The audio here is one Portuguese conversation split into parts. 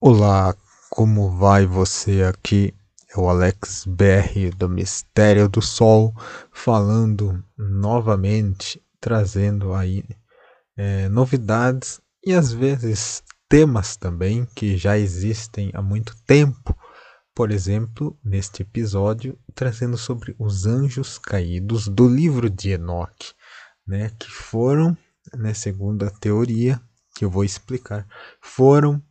Olá, como vai você aqui? É o Alex BR do Mistério do Sol falando novamente, trazendo aí novidades e às vezes temas também que já existem há muito tempo. Por exemplo, neste episódio, trazendo sobre os anjos caídos do livro de Enoque, né, que foram, segundo a teoria que eu vou explicar, foram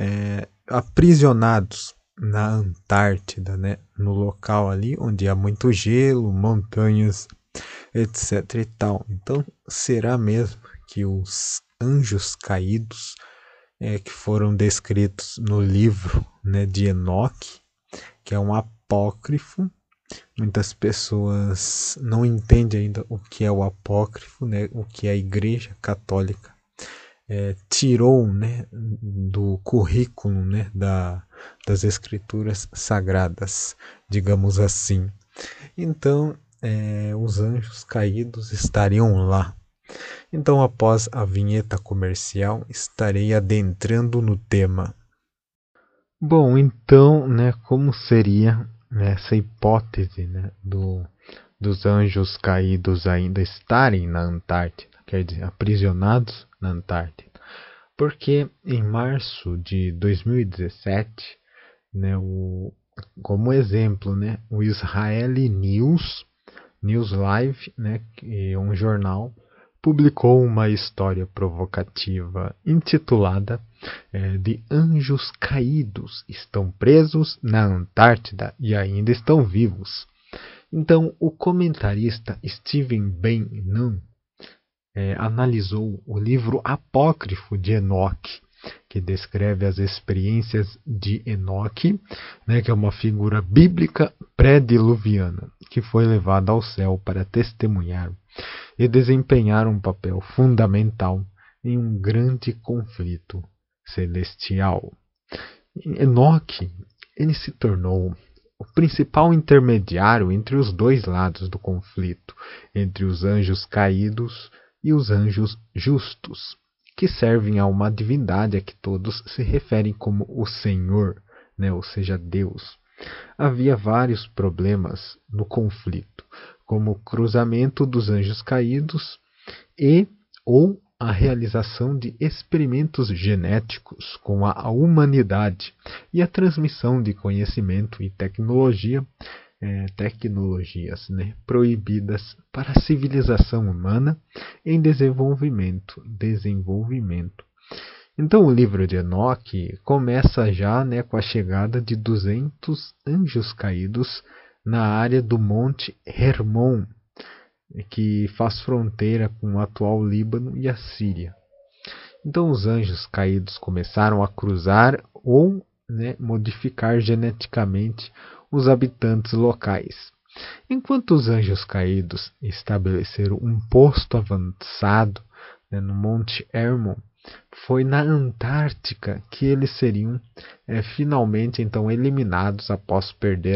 aprisionados na Antártida, né, no local ali onde há muito gelo, montanhas, etc e tal. Então, será mesmo que os anjos caídos que foram descritos no livro, né, de Enoque, que é um apócrifo? Muitas pessoas não entendem ainda o que é o apócrifo, né, o que a Igreja Católica tirou, né, do currículo, né, das Escrituras Sagradas, digamos assim. Então, os anjos caídos estariam lá. Então, após a vinheta comercial, estarei adentrando no tema. Bom, então, né, como seria essa hipótese, né, dos anjos caídos ainda estarem na Antártida, quer dizer, aprisionados na Antártida? Porque em março de 2017, né, como exemplo, né, o Israeli News Live, né, que é um jornal, publicou uma história provocativa intitulada de Anjos Caídos estão presos na Antártida e ainda estão vivos. Então, o comentarista Steven Ben-Nun analisou o livro apócrifo de Enoque, que descreve as experiências de Enoque, né, que é uma figura bíblica pré-diluviana, que foi levada ao céu para testemunhar e desempenhar um papel fundamental em um grande conflito celestial. Enoque, ele se tornou o principal intermediário entre os dois lados do conflito, entre os anjos caídos e os anjos justos, que servem a uma divindade a que todos se referem como o Senhor, né? Ou seja, Deus. Havia vários problemas no conflito, como o cruzamento dos anjos caídos e ou a realização de experimentos genéticos com a humanidade e a transmissão de conhecimento e tecnologias, né, proibidas para a civilização humana em desenvolvimento. Então o livro de Enoque começa já, né, com a chegada de 200 anjos caídos na área do Monte Hermon, que faz fronteira com o atual Líbano e a Síria. Então os anjos caídos começaram a cruzar ou, né, modificar geneticamente os habitantes locais. Enquanto os anjos caídos estabeleceram um posto avançado, né, no Monte Hermon, foi na Antártica que eles seriam finalmente então eliminados após perder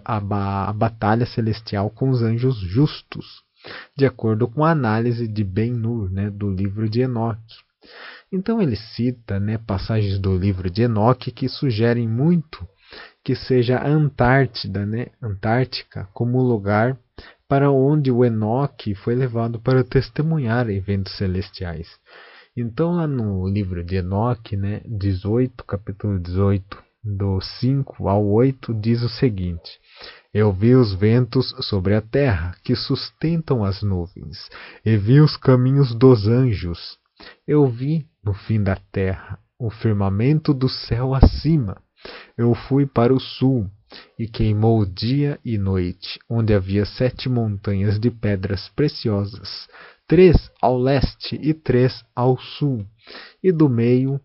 a batalha celestial com os anjos justos, de acordo com a análise de Ben-Nur, né, do livro de Enoque. Então ele cita, né, passagens do livro de Enoque que sugerem muito que seja a Antártida, né, Antártica, como lugar para onde o Enoque foi levado para testemunhar eventos celestiais. Então lá no livro de Enoque, né, 18, capítulo 18, do 5 ao 8, diz o seguinte: Eu vi os ventos sobre a terra, que sustentam as nuvens, e vi os caminhos dos anjos. Eu vi, no fim da terra, o firmamento do céu acima. Eu fui para o sul, e queimou dia e noite, onde havia 7 montanhas de pedras preciosas, 3 ao leste e 3 ao sul, e do meio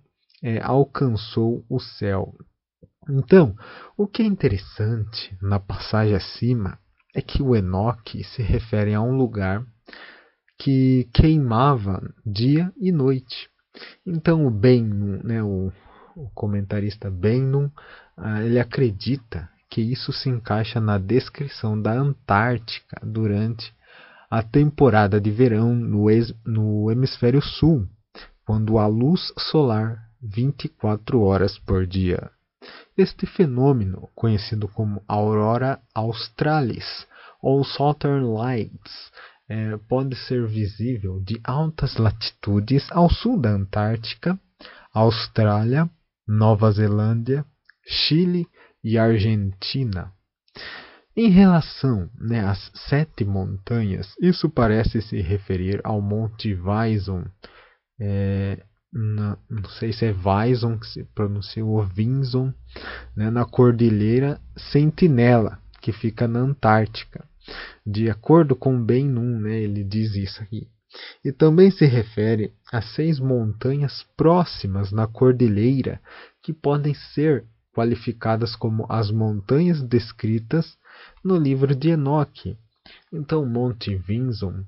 alcançou o céu. Então, o que é interessante na passagem acima é que o Enoque se refere a um lugar que queimava dia e noite. Então, o Ben, né, o comentarista Bennon, ele acredita que isso se encaixa na descrição da Antártica durante a temporada de verão no hemisfério sul, quando a luz solar 24 horas por dia. Este fenômeno, conhecido como Aurora Australis ou Southern Lights, pode ser visível de altas latitudes ao sul da Antártica, Austrália, Nova Zelândia, Chile e Argentina. Em relação às 7 montanhas, isso parece se referir ao Monte Vinson. Não sei se é Vinson que se pronuncia, ou Vinson, na Cordilheira Sentinela, que fica na Antártica. De acordo com Ben Nunn, ele diz isso aqui. E também se refere a 6 montanhas próximas na cordilheira que podem ser qualificadas como as montanhas descritas no livro de Enoque. Então, Monte Vinson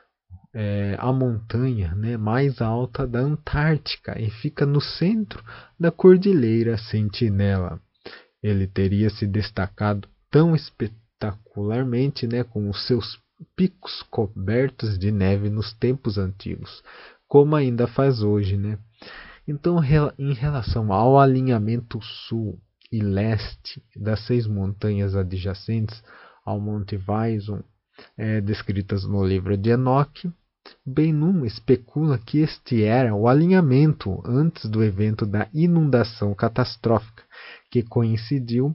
é a montanha mais alta da Antártica e fica no centro da Cordilheira Sentinela. Ele teria se destacado tão espetacularmente com os seus picos cobertos de neve nos tempos antigos, como ainda faz hoje. Então, em relação ao alinhamento sul e leste das 6 montanhas adjacentes ao Monte Vinson, descritas no livro de Enoque, Ben Nunn especula que este era o alinhamento antes do evento da inundação catastrófica, que coincidiu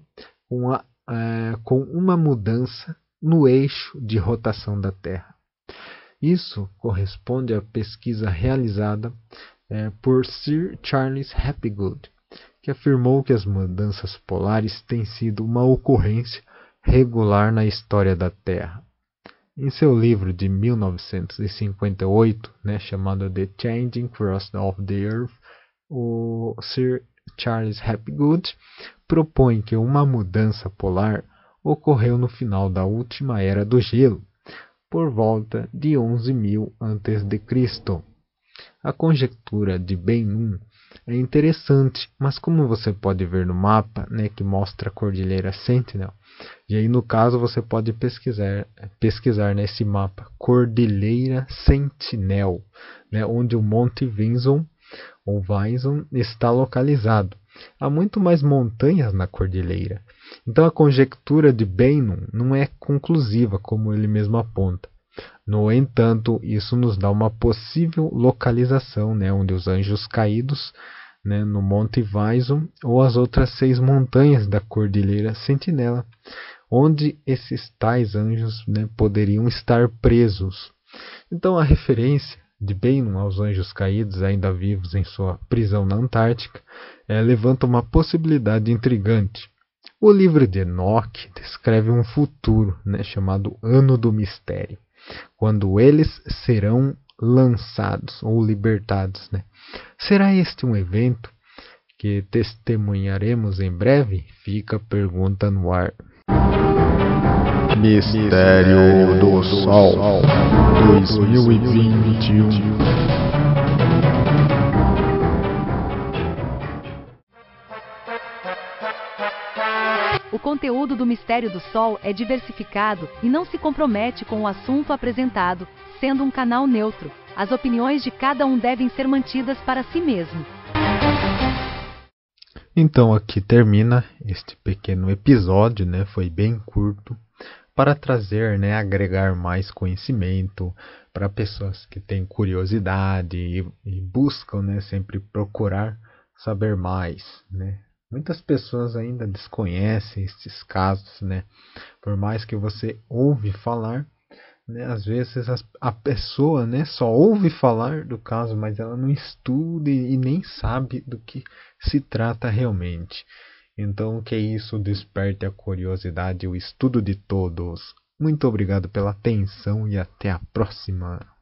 com uma mudança no eixo de rotação da Terra. Isso corresponde à pesquisa realizada por Sir Charles Hapgood, que afirmou que as mudanças polares têm sido uma ocorrência regular na história da Terra. Em seu livro de 1958, chamado The Changing Course of the Earth, o Sir Charles Hapgood propõe que uma mudança polar ocorreu no final da última era do gelo, por volta de 11.000 a.C. A conjectura de Ben Nunn é interessante, mas como você pode ver no mapa, que mostra a Cordilheira Sentinel, e aí no caso você pode pesquisar nesse mapa Cordilheira Sentinel, onde o Monte Vinson ou Vinson está localizado. Há muito mais montanhas na cordilheira. Então a conjectura de Ben Nunn não é conclusiva, como ele mesmo aponta. No entanto, isso nos dá uma possível localização, onde os anjos caídos, no Monte Vinson, ou as outras 6 montanhas da Cordilheira Sentinela, onde esses tais anjos poderiam estar presos. Então a referência de Ben Nunn aos anjos caídos ainda vivos em sua prisão na Antártica levanta uma possibilidade intrigante. O livro de Enoque descreve um futuro chamado Ano do Mistério, quando eles serão lançados ou libertados. Será este um evento que testemunharemos em breve? Fica a pergunta no ar. Mistério do Sol 2021. O conteúdo do Mistério do Sol é diversificado e não se compromete com o assunto apresentado, sendo um canal neutro. As opiniões de cada um devem ser mantidas para si mesmo. Então aqui termina este pequeno episódio, foi bem curto, para trazer, agregar mais conhecimento para pessoas que têm curiosidade e buscam, sempre procurar saber mais, Muitas pessoas ainda desconhecem esses casos, Por mais que você ouve falar, às vezes a pessoa, só ouve falar do caso, mas ela não estuda e nem sabe do que se trata realmente. Então, que isso desperte a curiosidade e o estudo de todos. Muito obrigado pela atenção e até a próxima.